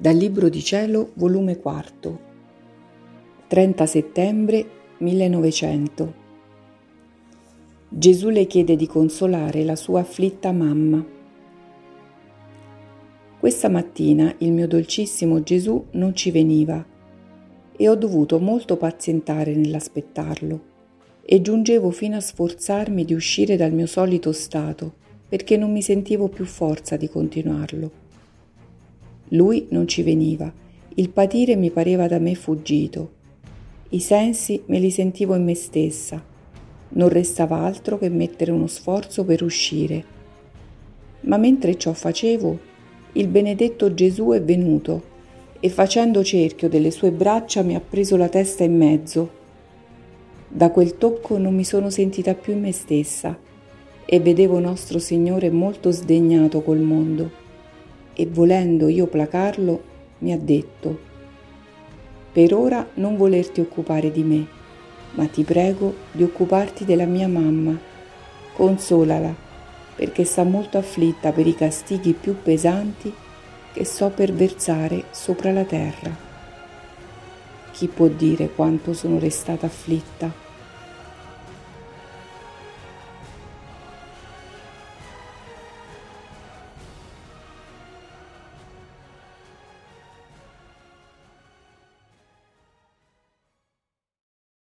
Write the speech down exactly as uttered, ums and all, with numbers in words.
Dal Libro di Cielo, volume quarto, trenta settembre millenovecento. Gesù le chiede di consolare la sua afflitta mamma. Questa mattina il mio dolcissimo Gesù non ci veniva e ho dovuto molto pazientare nell'aspettarlo e giungevo fino a sforzarmi di uscire dal mio solito stato perché non mi sentivo più forza di continuarlo. Lui non ci veniva, il patire mi pareva da me fuggito, i sensi me li sentivo in me stessa, non restava altro che mettere uno sforzo per uscire. Ma mentre ciò facevo, il benedetto Gesù è venuto e facendo cerchio delle sue braccia mi ha preso la testa in mezzo. Da quel tocco non mi sono sentita più in me stessa e vedevo nostro Signore molto sdegnato col mondo. E volendo io placarlo, mi ha detto: per ora non volerti occupare di me, ma ti prego di occuparti della mia mamma. Consolala, perché sta molto afflitta per i castighi più pesanti che so per versare sopra la terra. Chi può dire quanto sono restata afflitta?